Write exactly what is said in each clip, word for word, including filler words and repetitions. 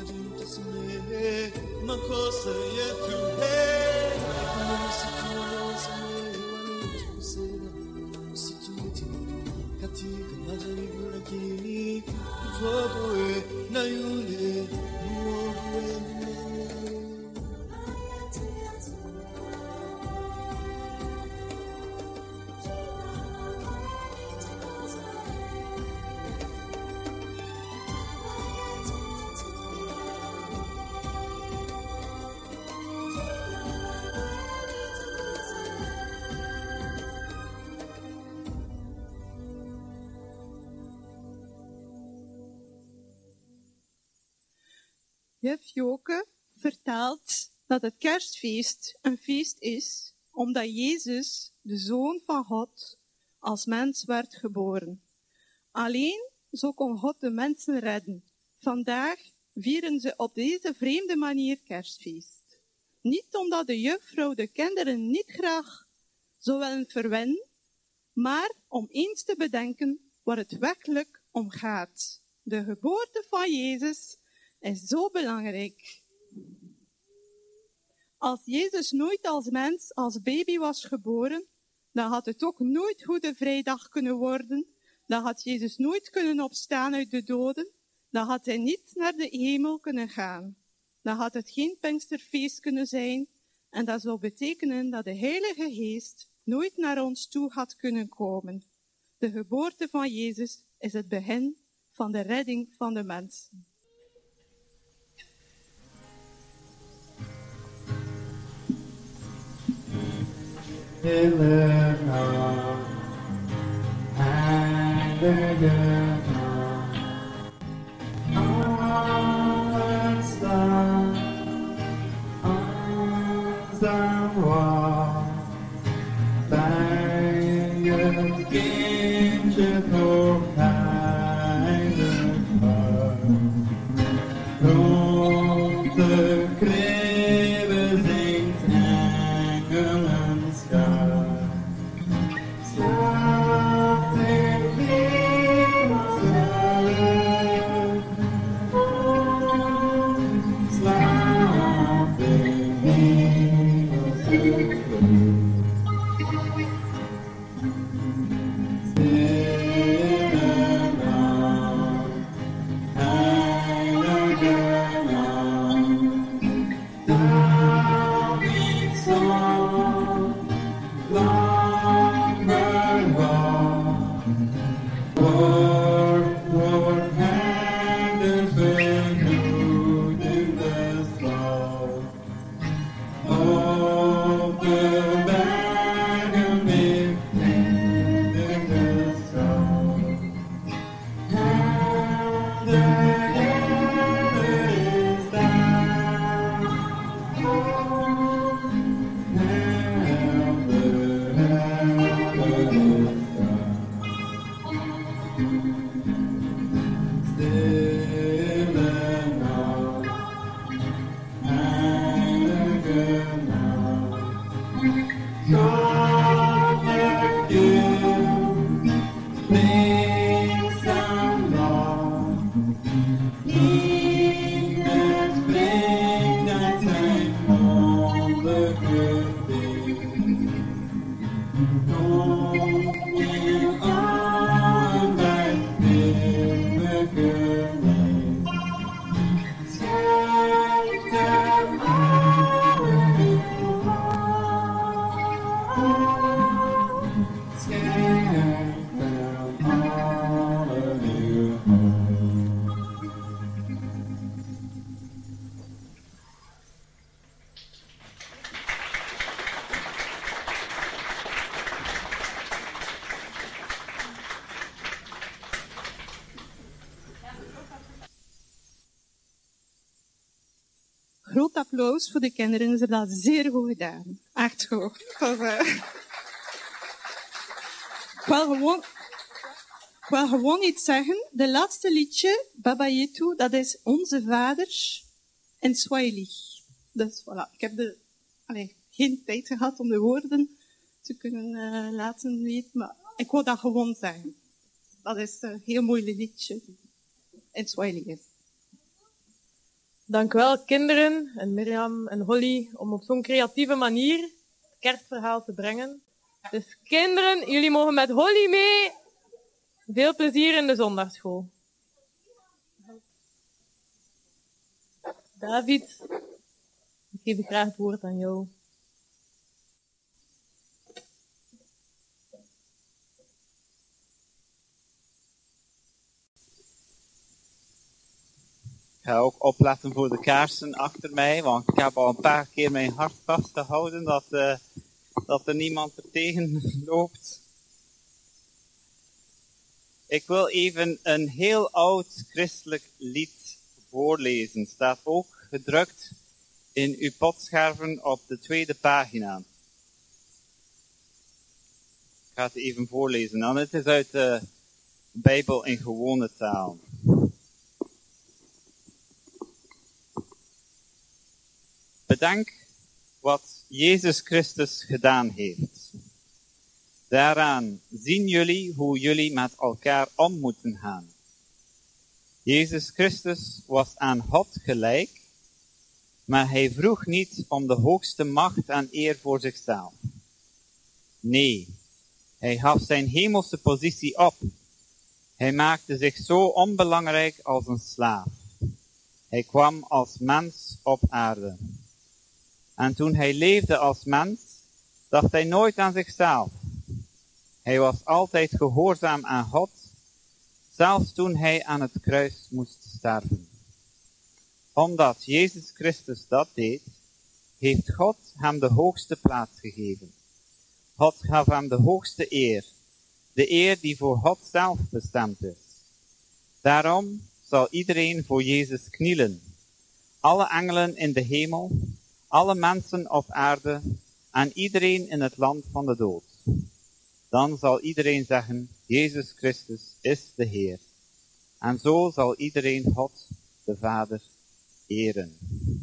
Juf Joke vertelt dat het kerstfeest een feest is omdat Jezus, de Zoon van God, als mens werd geboren. Alleen zo kon God de mensen redden. Vandaag vieren ze op deze vreemde manier kerstfeest. Niet omdat de juffrouw de kinderen niet graag zou willen verwennen, maar om eens te bedenken waar het werkelijk om gaat. De geboorte van Jezus is zo belangrijk. Als Jezus nooit als mens, als baby was geboren, dan had het ook nooit Goede Vrijdag kunnen worden. Dan had Jezus nooit kunnen opstaan uit de doden. Dan had hij niet naar de hemel kunnen gaan. Dan had het geen Pinksterfeest kunnen zijn. En dat zou betekenen dat de Heilige Geest nooit naar ons toe had kunnen komen. De geboorte van Jezus is het begin van de redding van de mens. Helena, Helena, Anstaan, Anstaan, waar bij je kindje toch heilig was. Rond de kribben zingt engelen. Slaap in hemels lucht, slaap in hemels lucht. Stille nacht, heilige nacht, Davids zoon, lang verwacht. Word, word herders vernoemd in de stad. Op de bergen ligt in de stad. En de Heer is daar. Groot applaus voor de kinderen, ze hebben dat zeer goed gedaan. Echt goed. Dat was, uh... ik, wil gewoon, ik wil gewoon iets zeggen. De laatste liedje, Baba Yetu, dat is Onze Vaders in Swahili. Dus voilà, ik heb de, allee, geen tijd gehad om de woorden te kunnen uh, laten weten, maar ik wil dat gewoon zeggen. Dat is een heel mooi liedje in Swahili. Dank u wel, kinderen en Mirjam en Holly, om op zo'n creatieve manier het kerstverhaal te brengen. Dus kinderen, jullie mogen met Holly mee. Veel plezier in de zondagsschool. David, ik geef graag het woord aan jou. Ik ga ook opletten voor de kaarsen achter mij, want ik heb al een paar keer mijn hart vastgehouden dat, uh, dat er niemand er tegen loopt. Ik wil even een heel oud christelijk lied voorlezen. Staat ook gedrukt in uw potscherven op de tweede pagina. Ik ga het even voorlezen. Dan het is uit de Bijbel in gewone taal. Bedenk wat Jezus Christus gedaan heeft. Daaraan zien jullie hoe jullie met elkaar om moeten gaan. Jezus Christus was aan God gelijk, maar hij vroeg niet om de hoogste macht en eer voor zichzelf. Nee, hij gaf zijn hemelse positie op. Hij maakte zich zo onbelangrijk als een slaaf. Hij kwam als mens op aarde. En toen hij leefde als mens, dacht hij nooit aan zichzelf. Hij was altijd gehoorzaam aan God, zelfs toen hij aan het kruis moest sterven. Omdat Jezus Christus dat deed, heeft God hem de hoogste plaats gegeven. God gaf hem de hoogste eer, de eer die voor God zelf bestemd is. Daarom zal iedereen voor Jezus knielen, alle engelen in de hemel, alle mensen op aarde en iedereen in het land van de dood. Dan zal iedereen zeggen, Jezus Christus is de Heer. En zo zal iedereen God, de Vader, eren.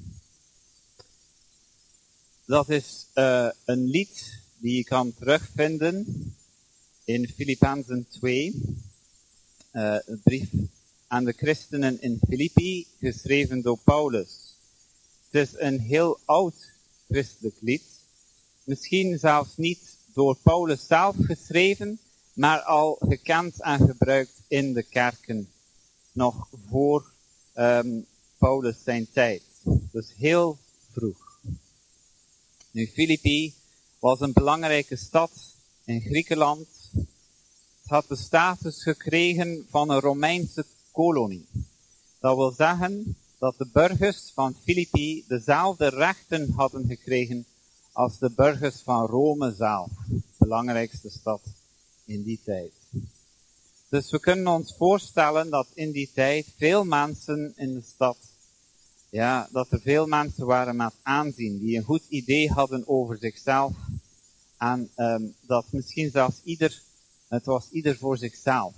Dat is uh, een lied die je kan terugvinden in Filippenzen twee, uh, een brief aan de christenen in Filippi, geschreven door Paulus. Het is een heel oud christelijk lied, misschien zelfs niet door Paulus zelf geschreven, maar al gekend en gebruikt in de kerken, nog voor um, Paulus zijn tijd. Dus heel vroeg. Nu, Filippi was een belangrijke stad in Griekenland. Het had de status gekregen van een Romeinse kolonie. Dat wil zeggen dat de burgers van Filippi dezelfde rechten hadden gekregen als de burgers van Rome zelf, de belangrijkste stad in die tijd. Dus we kunnen ons voorstellen dat in die tijd veel mensen in de stad, ja, dat er veel mensen waren met aanzien, die een goed idee hadden over zichzelf, en um, dat misschien zelfs ieder, het was ieder voor zichzelf.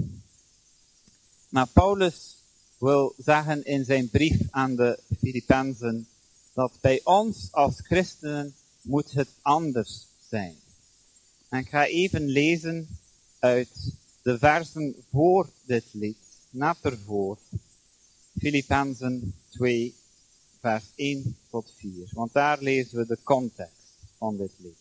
Maar Paulus wil zeggen in zijn brief aan de Filippenzen, dat bij ons als christenen moet het anders zijn. En ik ga even lezen uit de versen voor dit lied, net ervoor, Filippenzen twee, vers één tot vier. Want daar lezen we de context van dit lied.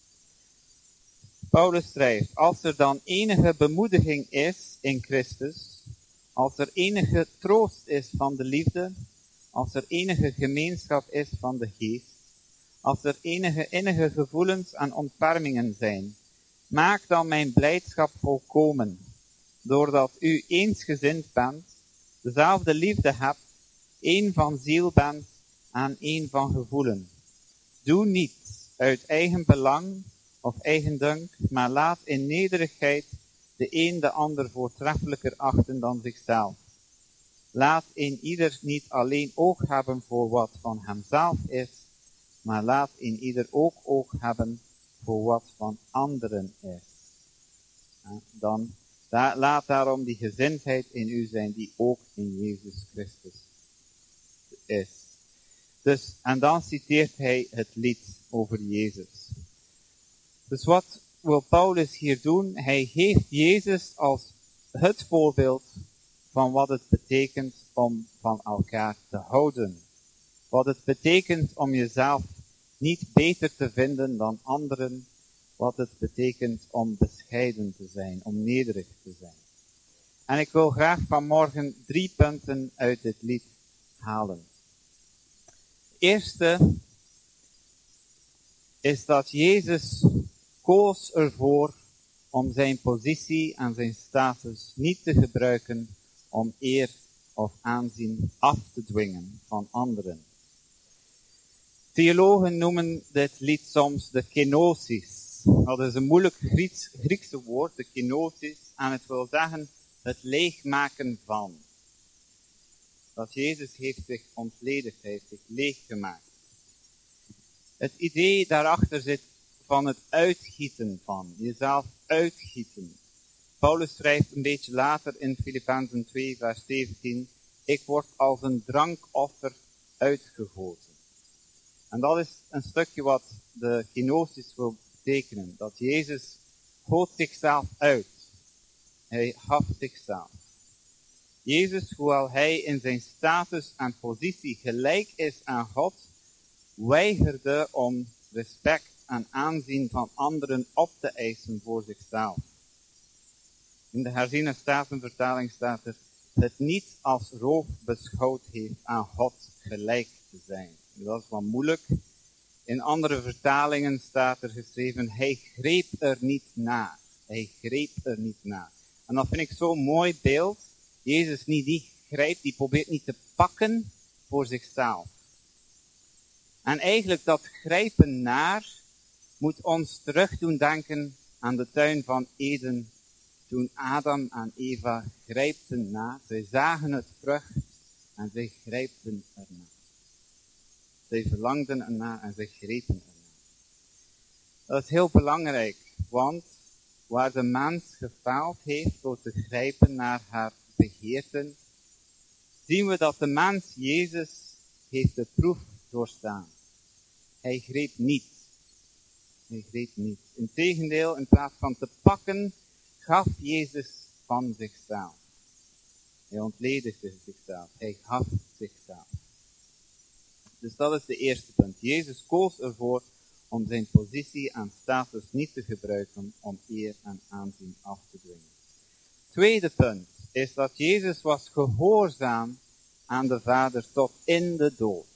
Paulus schrijft, als er dan enige bemoediging is in Christus, als er enige troost is van de liefde, als er enige gemeenschap is van de geest, als er enige innige gevoelens en ontfermingen zijn, maak dan mijn blijdschap volkomen, doordat u eensgezind bent, dezelfde liefde hebt, één van ziel bent en één van gevoelen. Doe niets uit eigen belang of eigendunk, maar laat in nederigheid de een de ander voortreffelijker achten dan zichzelf. Laat in ieder niet alleen oog hebben voor wat van hemzelf is, maar laat in ieder ook oog hebben voor wat van anderen is. En dan, da, laat daarom die gezindheid in u zijn die ook in Jezus Christus is. Dus, en dan citeert hij het lied over Jezus. Dus wat wil Paulus hier doen? Hij geeft Jezus als het voorbeeld van wat het betekent om van elkaar te houden. Wat het betekent om jezelf niet beter te vinden dan anderen. Wat het betekent om bescheiden te zijn, om nederig te zijn. En ik wil graag vanmorgen drie punten uit dit lied halen. Het eerste is dat Jezus koos ervoor om zijn positie en zijn status niet te gebruiken om eer of aanzien af te dwingen van anderen. Theologen noemen dit lied soms de kenosis. Dat is een moeilijk Grieks, Griekse woord, de kenosis, en het wil zeggen het leegmaken van. Dat Jezus heeft zich ontledigd, hij heeft zich leeggemaakt. Het idee daarachter zit van het uitgieten van, jezelf uitgieten. Paulus schrijft een beetje later in Filippenzen twee vers zeventien, ik word als een drankoffer uitgegoten. En dat is een stukje wat de kenosis wil betekenen, dat Jezus goot zichzelf uit. Hij gaf zichzelf. Jezus, hoewel hij in zijn status en positie gelijk is aan God, weigerde om respect en aanzien van anderen op te eisen voor zichzelf. In de herziene statenvertaling staat er, het niet als roof beschouwd heeft aan God gelijk te zijn. Dat is wat moeilijk. In andere vertalingen staat er geschreven, hij greep er niet naar. Hij greep er niet naar. En dat vind ik zo'n mooi beeld. Jezus niet die grijpt, die probeert niet te pakken voor zichzelf. En eigenlijk dat grijpen naar moet ons terug doen denken aan de tuin van Eden. Toen Adam en Eva grijpten naar, zij zagen het vrucht en zij grijpten ernaar. Zij verlangden ernaar en zij grepen ernaar. Dat is heel belangrijk, want waar de mens gefaald heeft door te grijpen naar haar begeerten, zien we dat de mens Jezus heeft de proef doorstaan. Hij greep niet. Hij greep niet. Integendeel, in plaats van te pakken, gaf Jezus van zichzelf. Hij ontledigde zichzelf. Hij gaf zichzelf. Dus dat is de eerste punt. Jezus koos ervoor om zijn positie en status niet te gebruiken om eer en aanzien af te dwingen. Tweede punt is dat Jezus was gehoorzaam aan de Vader tot in de dood.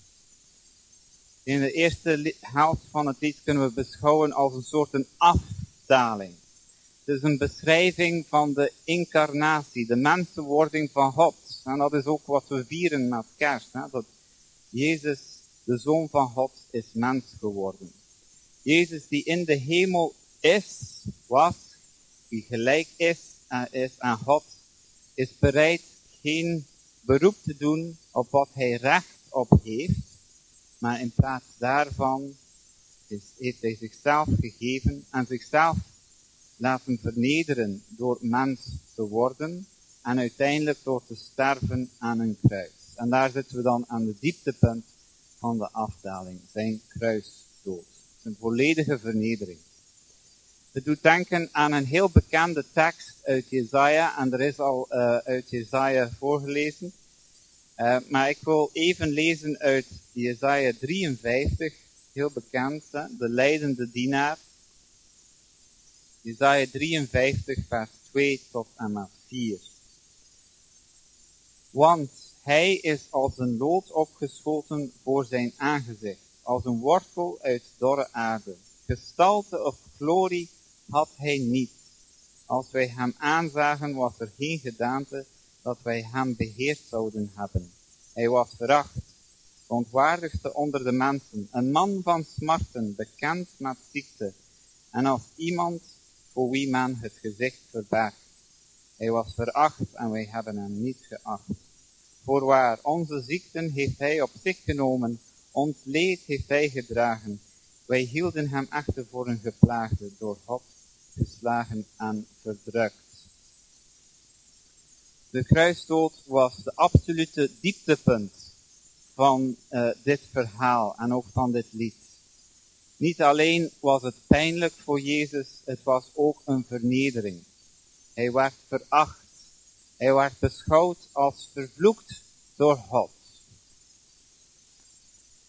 In de eerste helft van het lied kunnen we beschouwen als een soort een afdaling. Het is een beschrijving van de incarnatie, de mensenwording van God. En dat is ook wat we vieren met kerst. Hè? Dat Jezus, de Zoon van God, is mens geworden. Jezus die in de hemel is, was, die gelijk is, uh, is aan God, is bereid geen beroep te doen op wat hij recht op heeft. Maar in plaats daarvan is, heeft hij zichzelf gegeven en zichzelf laten vernederen door mens te worden en uiteindelijk door te sterven aan een kruis. En daar zitten we dan aan de dieptepunt van de afdaling, zijn kruisdood. Zijn volledige vernedering. Het doet denken aan een heel bekende tekst uit Jesaja, en er is al uh, uit Jesaja voorgelezen. Uh, maar ik wil even lezen uit Jesaja drieënvijftig, heel bekend, hè? De lijdende dienaar. Jesaja drieënvijftig, vers twee tot en met vier. Want hij is als een lood opgeschoten voor zijn aangezicht, als een wortel uit dorre aarde. Gestalte of glorie had hij niet. Als wij hem aanzagen, was er geen gedaante dat wij hem beheerd zouden hebben. Hij was veracht, verontwaardigde onder de mensen, een man van smarten, bekend met ziekte, en als iemand voor wie men het gezicht verbergt. Hij was veracht en wij hebben hem niet geacht. Voorwaar, onze ziekten heeft hij op zich genomen, ons leed heeft hij gedragen. Wij hielden hem echter voor een geplaagde, door God geslagen en verdrukt. De kruisdood was de absolute dieptepunt van uh, dit verhaal en ook van dit lied. Niet alleen was het pijnlijk voor Jezus, het was ook een vernedering. Hij werd veracht. Hij werd beschouwd als vervloekt door God.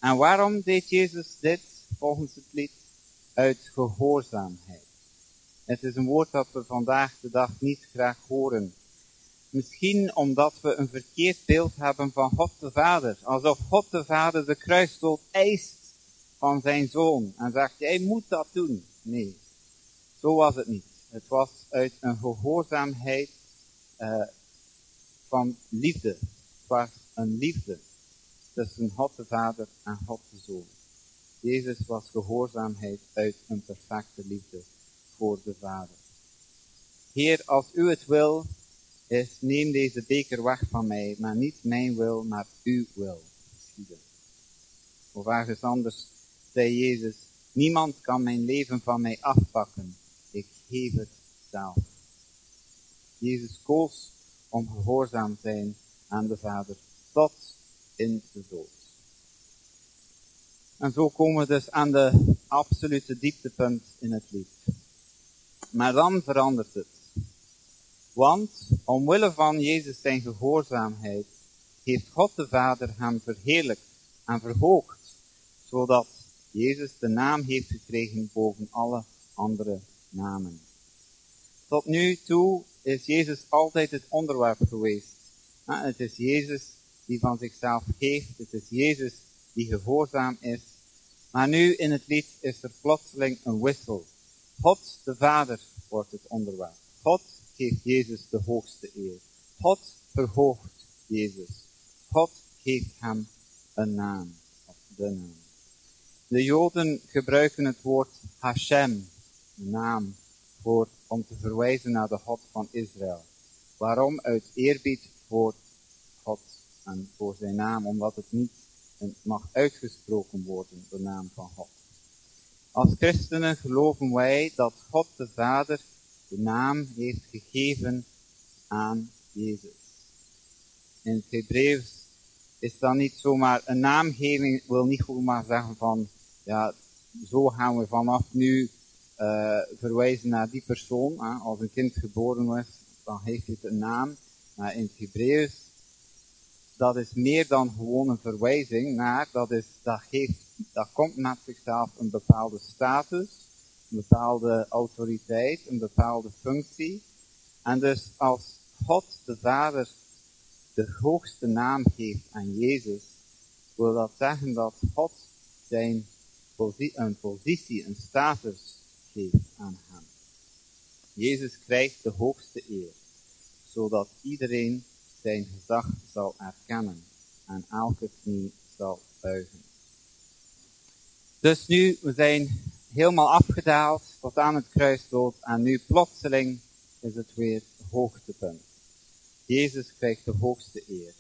En waarom deed Jezus dit volgens het lied? Uit gehoorzaamheid. Het is een woord dat we vandaag de dag niet graag horen. Misschien omdat we een verkeerd beeld hebben van God de Vader. Alsof God de Vader de kruisdood eist van zijn zoon. En zegt, jij moet dat doen. Nee, zo was het niet. Het was uit een gehoorzaamheid uh, van liefde. Het was een liefde tussen God de Vader en God de Zoon. Jezus was gehoorzaamheid uit een perfecte liefde voor de Vader. Heer, als u het wil, is neem deze beker weg van mij, maar niet mijn wil, maar uw wil geschieden. Of ergens anders zei Jezus, niemand kan mijn leven van mij afpakken, ik geef het zelf. Jezus koos om gehoorzaam te zijn aan de Vader, tot in de dood. En zo komen we dus aan de absolute dieptepunt in het lied. Maar dan verandert het. Want omwille van Jezus zijn gehoorzaamheid heeft God de Vader hem verheerlijkt en verhoogd, zodat Jezus de naam heeft gekregen boven alle andere namen. Tot nu toe is Jezus altijd het onderwerp geweest. Ja, het is Jezus die van zichzelf geeft, het is Jezus die gehoorzaam is. Maar nu in het lied is er plotseling een wissel. God de Vader wordt het onderwerp. God geeft Jezus de hoogste eer. God verhoogt Jezus. God geeft hem een naam, of de naam. De Joden gebruiken het woord Hashem, een naam, voor, om te verwijzen naar de God van Israël. Waarom? Uit eerbied voor God en voor zijn naam, omdat het niet mag uitgesproken worden, de naam van God. Als christenen geloven wij dat God de Vader de naam heeft gegeven aan Jezus. In het Hebreeuws is dat niet zomaar, een naamgeving wil niet zomaar zeggen van, ja, zo gaan we vanaf nu uh, verwijzen naar die persoon. Hè. Als een kind geboren is, dan heeft het een naam. Maar in het Hebreeuws, dat is meer dan gewoon een verwijzing naar, dat is, dat geeft, dat komt met zichzelf een bepaalde status, een bepaalde autoriteit, een bepaalde functie. En dus als God de Vader de hoogste naam geeft aan Jezus, wil dat zeggen dat God zijn posi- een positie, een status geeft aan hem. Jezus krijgt de hoogste eer, zodat iedereen zijn gezag zal erkennen en elke knie zal buigen. Dus nu, we zijn helemaal afgedaald tot aan het kruisdood en nu plotseling is het weer hoogtepunt. Jezus krijgt de hoogste eer.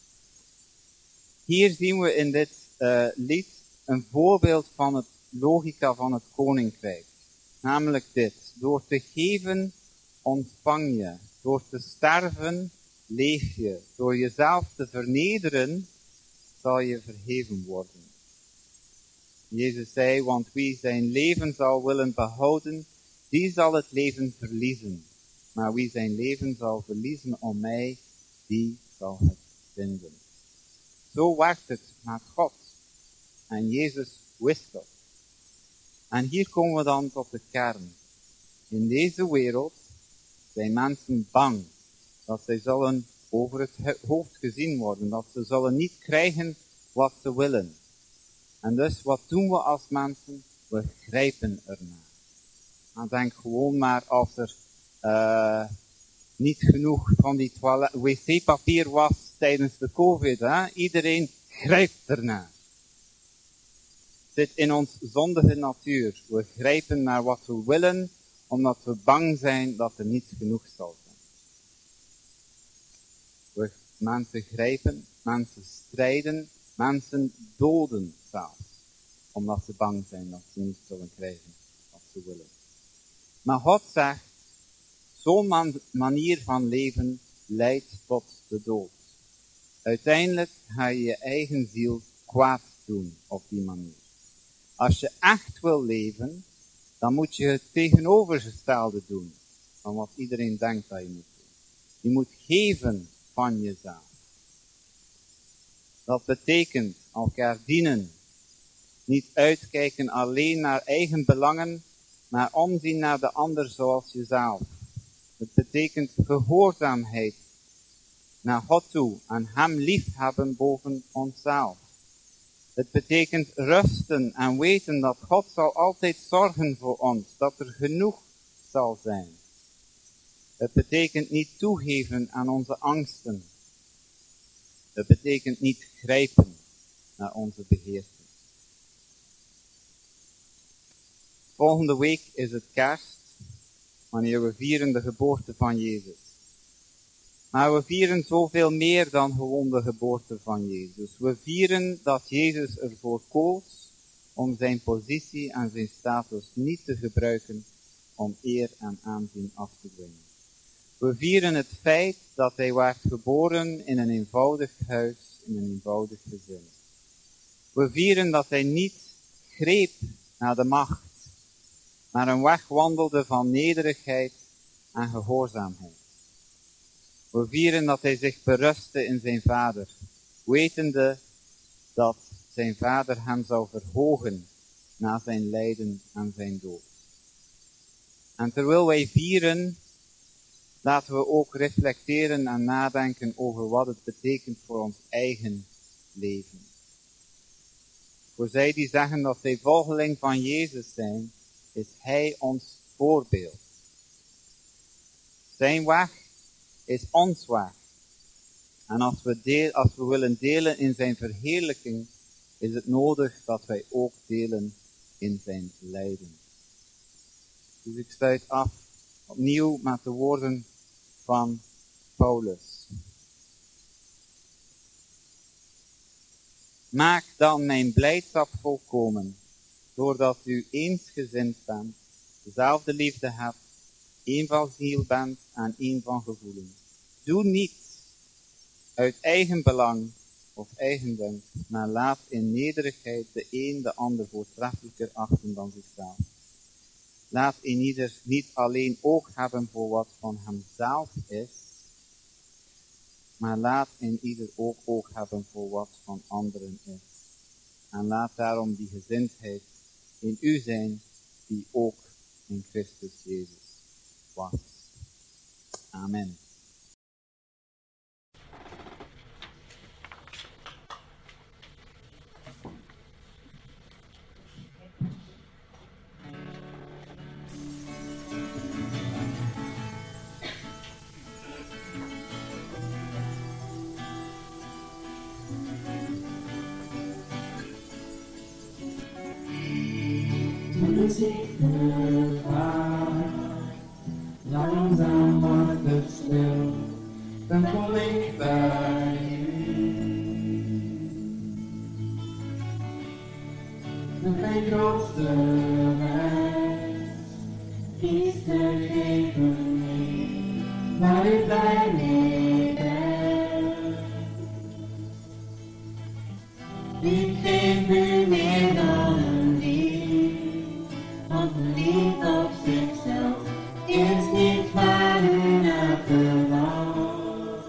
Hier zien we in dit uh, lied een voorbeeld van het logica van het koninkrijk. Namelijk dit, door te geven ontvang je, door te sterven leef je, door jezelf te vernederen zal je verheven worden. Jezus zei, want wie zijn leven zal willen behouden, die zal het leven verliezen. Maar wie zijn leven zal verliezen om mij, die zal het vinden. Zo werkt het met God. En Jezus wist dat. En hier komen we dan tot de kern. In deze wereld zijn mensen bang dat zij zullen over het hoofd gezien worden. Dat ze zullen niet krijgen wat ze willen. En dus wat doen we als mensen? We grijpen ernaar. En denk gewoon maar als er uh, niet genoeg van die toilet, wc-papier was tijdens de COVID. Hè? Iedereen grijpt ernaar. Het zit in ons zondige natuur. We grijpen naar wat we willen, omdat we bang zijn dat er niet genoeg zal zijn. We, mensen grijpen, mensen strijden, mensen doden zelfs. Omdat ze bang zijn dat ze niet zullen krijgen wat ze willen. Maar God zegt, zo'n man, manier van leven leidt tot de dood. Uiteindelijk ga je je eigen ziel kwaad doen op die manier. Als je echt wil leven, dan moet je het tegenovergestelde doen van wat iedereen denkt dat je moet doen. Je moet geven van jezelf. Dat betekent elkaar dienen, Niet uitkijken alleen naar eigen belangen, maar omzien naar de ander zoals jezelf. Het betekent gehoorzaamheid naar God toe en hem liefhebben boven onszelf. Het betekent rusten en weten dat God zal altijd zorgen voor ons, dat er genoeg zal zijn. Het betekent niet toegeven aan onze angsten. Het betekent niet grijpen naar onze beheersing. Volgende week is het kerst, wanneer we vieren de geboorte van Jezus. Maar we vieren zoveel meer dan gewoon de geboorte van Jezus. We vieren dat Jezus ervoor koos om zijn positie en zijn status niet te gebruiken om eer en aanzien af te dwingen. We vieren het feit dat hij werd geboren in een eenvoudig huis, in een eenvoudig gezin. We vieren dat hij niet greep naar de macht, maar een weg wandelde van nederigheid en gehoorzaamheid. We vieren dat hij zich berustte in zijn vader, wetende dat zijn vader hem zou verhogen na zijn lijden en zijn dood. En terwijl wij vieren, laten we ook reflecteren en nadenken over wat het betekent voor ons eigen leven. Voor zij die zeggen dat zij volgeling van Jezus zijn, is hij ons voorbeeld. Zijn weg is ons weg. En als we, deel, als we willen delen in zijn verheerlijking, is het nodig dat wij ook delen in zijn lijden. Dus ik sluit af opnieuw met de woorden van Paulus. Maak dan mijn blijdschap volkomen, doordat u eensgezind bent, dezelfde liefde hebt, één van ziel bent en één van gevoelen. Doe niets uit eigen belang of eigendunk, maar laat in nederigheid de een de ander voortreffelijker achten dan zichzelf. Laat in ieder niet alleen oog hebben voor wat van hemzelf is, maar laat in ieder ook oog hebben voor wat van anderen is. En laat daarom die gezindheid in u zijn, die ook in Christus Jezus was. Amen. Muziek vervaart, langzaam wordt het stil, dan kom ik bij u. Mijn grootste wens is te geven mee, waar ik blij mee ben. Ik geef u meer dan een lief, want een lief op zichzelf is niet waar u naar verlangt.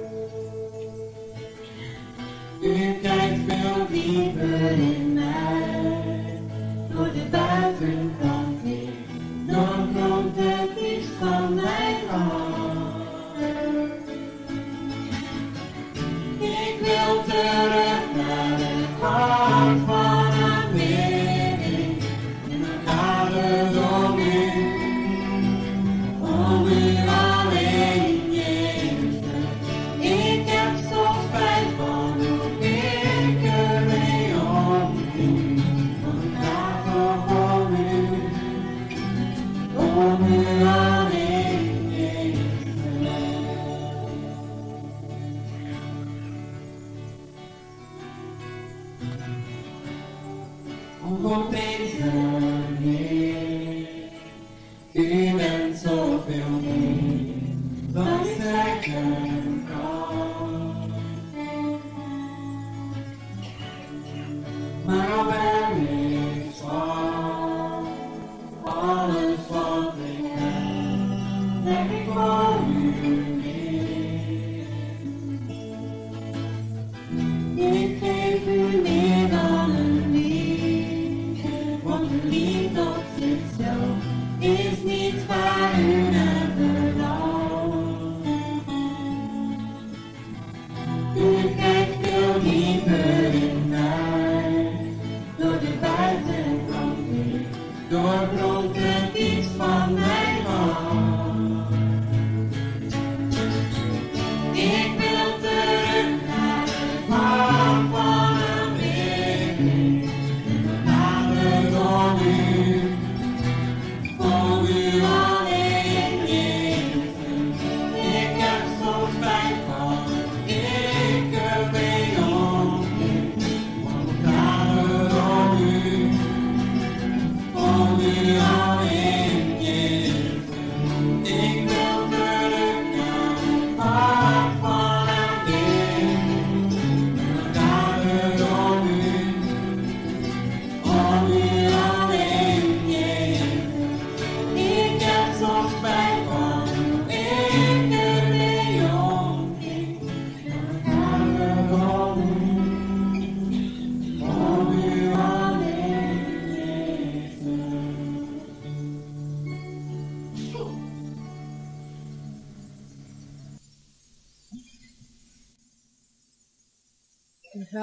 U kijkt veel dieper in mij, door de buitenkant heen, dan komt het liefst van mijn hart. Ik wil terug naar het hart van aanbidding, en dan gaat het om u, om u alleen, Jezus. Ik heb zo spijt van hoe ik ermee omging, want het gaat toch om u, om u alleen, Jezus. Om op deze Heer, u bent zoveel meer dan ik zeggen kan. Maar al ben ik zwak, alles wat ik heb, leg ik voor u neer. Ik geef u meer dan een lief,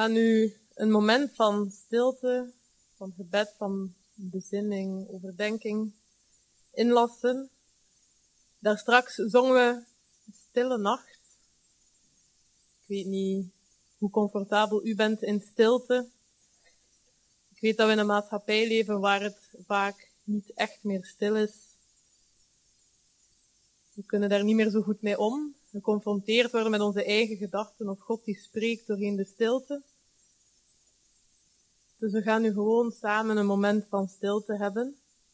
gaan nu een moment van stilte, van gebed, van bezinning, overdenking inlassen. Daar straks zongen we Stille Nacht. Ik weet niet hoe comfortabel u bent in stilte. Ik weet dat we in een maatschappij leven waar het vaak niet echt meer stil is. We kunnen daar niet meer zo goed mee om. Geconfronteerd worden met onze eigen gedachten of God die spreekt doorheen de stilte. Dus we gaan nu gewoon samen een moment van stilte hebben.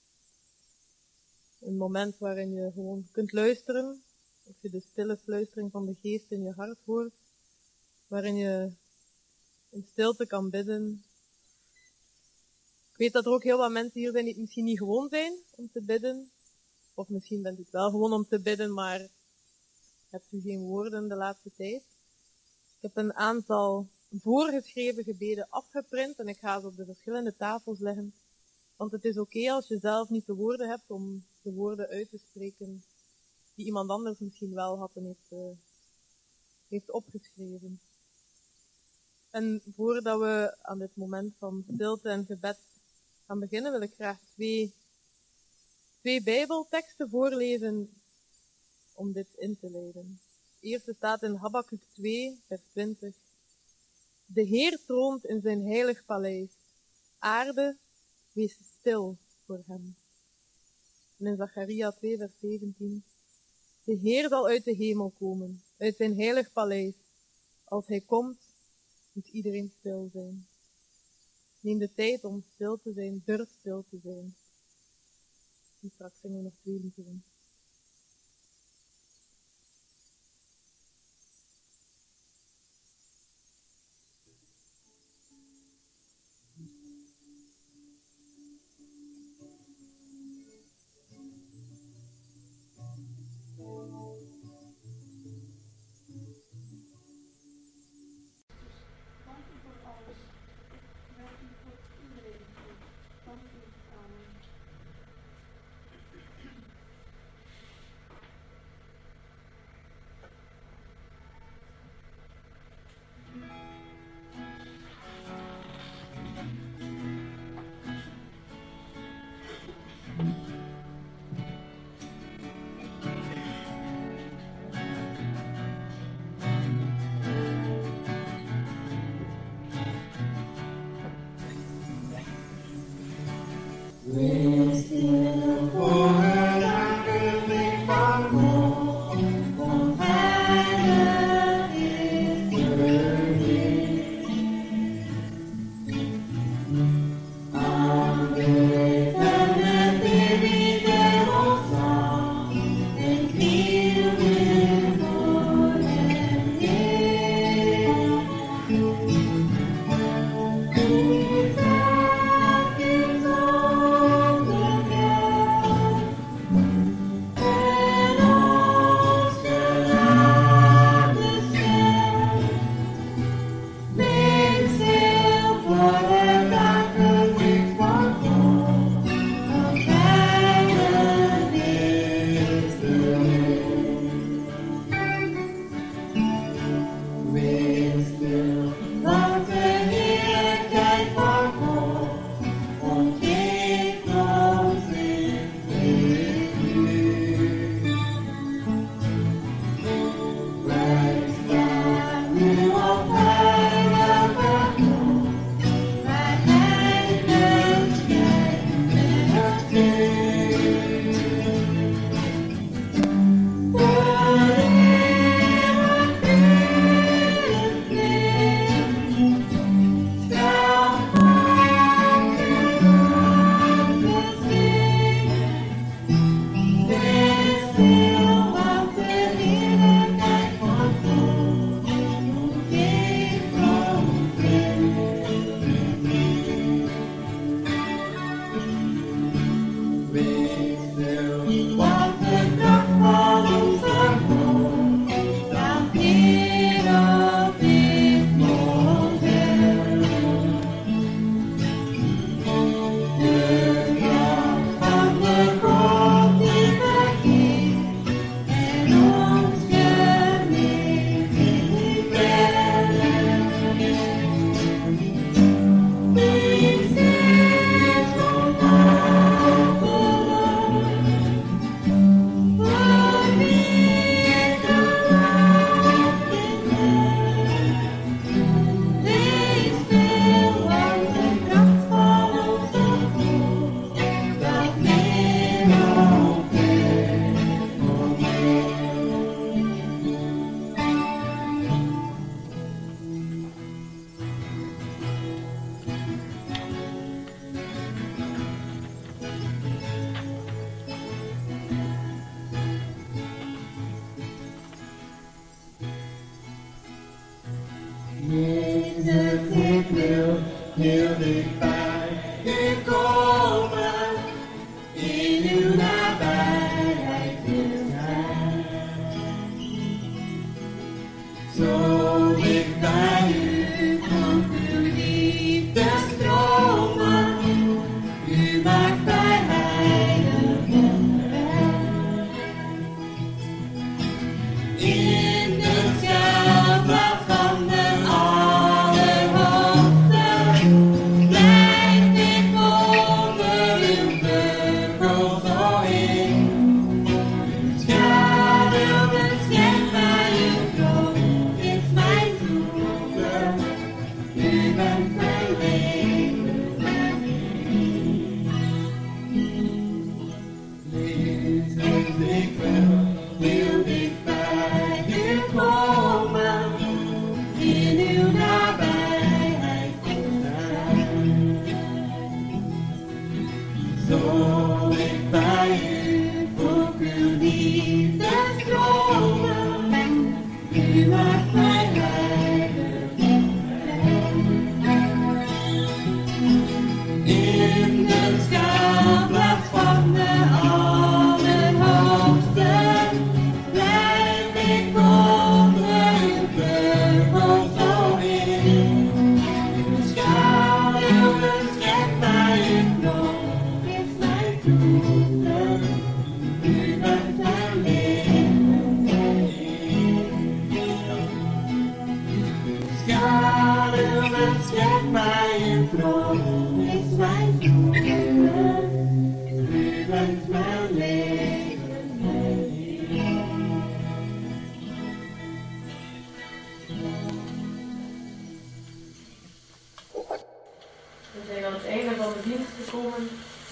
Een moment waarin je gewoon kunt luisteren. Of je de stille fluistering van de geest in je hart hoort. Waarin je in stilte kan bidden. Ik weet dat er ook heel wat mensen hier zijn die het misschien niet gewoon zijn om te bidden. Of misschien bent u het wel gewoon om te bidden, maar hebt u geen woorden de laatste tijd. Ik heb een aantal voorgeschreven gebeden afgeprint en ik ga ze op de verschillende tafels leggen. Want het is oké als je zelf niet de woorden hebt om de woorden uit te spreken die iemand anders misschien wel had en heeft, uh, heeft opgeschreven. En voordat we aan dit moment van stilte en gebed gaan beginnen, wil ik graag twee, twee Bijbelteksten voorlezen om dit in te leiden. Het eerste staat in Habakuk twee, vers twintig. De Heer troont in zijn heilig paleis. Aarde, wees stil voor hem. En in Zacharia twee, vers zeventien. De Heer zal uit de hemel komen, uit zijn heilig paleis. Als hij komt, moet iedereen stil zijn. Neem de tijd om stil te zijn, durf stil te zijn. En straks zingen we nog twee liederen. Wat de Heer kijkt heel dichtbij u komen, in uw nabijheid wil zijn. Zo dicht bij u, komt uw liefde stromen, u maakt mij heilig en rein. In de schuilplaats van de Allerhoogste blijf ik onder uw vleugel zo in. Uw schaduw beschermt mij, uw troon is mijn toevlucht. U bent mijn leven, mijn Heer. Liefst ik wil heel dichtbij u komen, in uw nabijheid wil zijn. Zo dicht bij u, ook uw liefde stromen, u maakt mij heilig en rein. In de schuilplaats van de Allerhoogste blijf ik onder uw vleugel zo in. Uw schaduw beschermt mij, uw troon is mijn toevlucht. U bent mijn leven, mijn Heer. Uw schaduw beschermt mij, uw troon is mijn toevlucht. U bent mijn leven, mijn Heer. We zijn aan het einde van de dienst gekomen.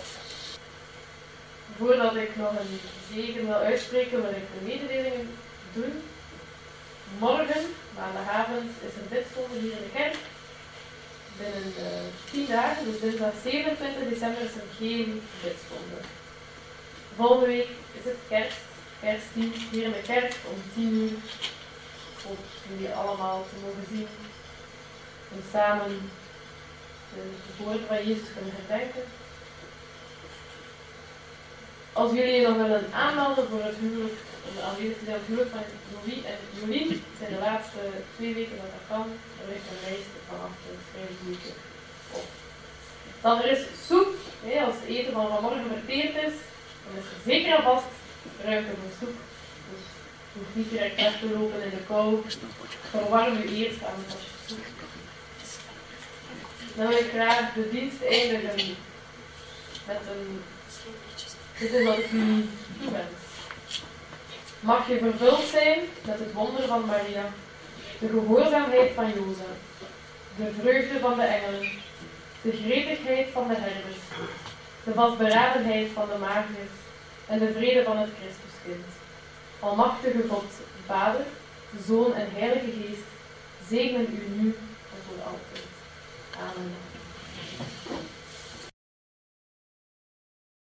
Voordat ik nog een zegen wil uitspreken, wil ik de mededelingen doen. Morgen, maandagavond, is er bidstonden hier in de kerk. Binnen uh, tien dagen, dus dinsdag zevenentwintig december, is er geen bidstonde. Volgende week is het kerst, kerstdienst hier in de kerk om tien uur. Ik hoop jullie allemaal te mogen zien en samen de geboorte van Jezus kunnen gedenken. Als jullie je nog willen aanmelden voor het huwelijk, om aanwezig te zijn op het huwelijk van Jolie en Jolien, zijn de laatste twee weken dat dat kan, er ligt een lijst vanaf de vrijdag op. Dan er is soep, hè, als het eten van vanmorgen verteerd is, dan is er zeker alvast ruimte voor soep. Dus je hoeft niet direct weg te lopen in de kou, verwarm je eerst aan het soep. Dan wil ik graag de dienst eindigen met een... Dit is wat ik jullie toewens. Mag je vervuld zijn met het wonder van Maria, de gehoorzaamheid van Jozef, de vreugde van de engelen, de gretigheid van de herders, de vastberadenheid van de magiërs en de vrede van het Christuskind. Almachtige God, Vader, Zoon en Heilige Geest, zegenen u nu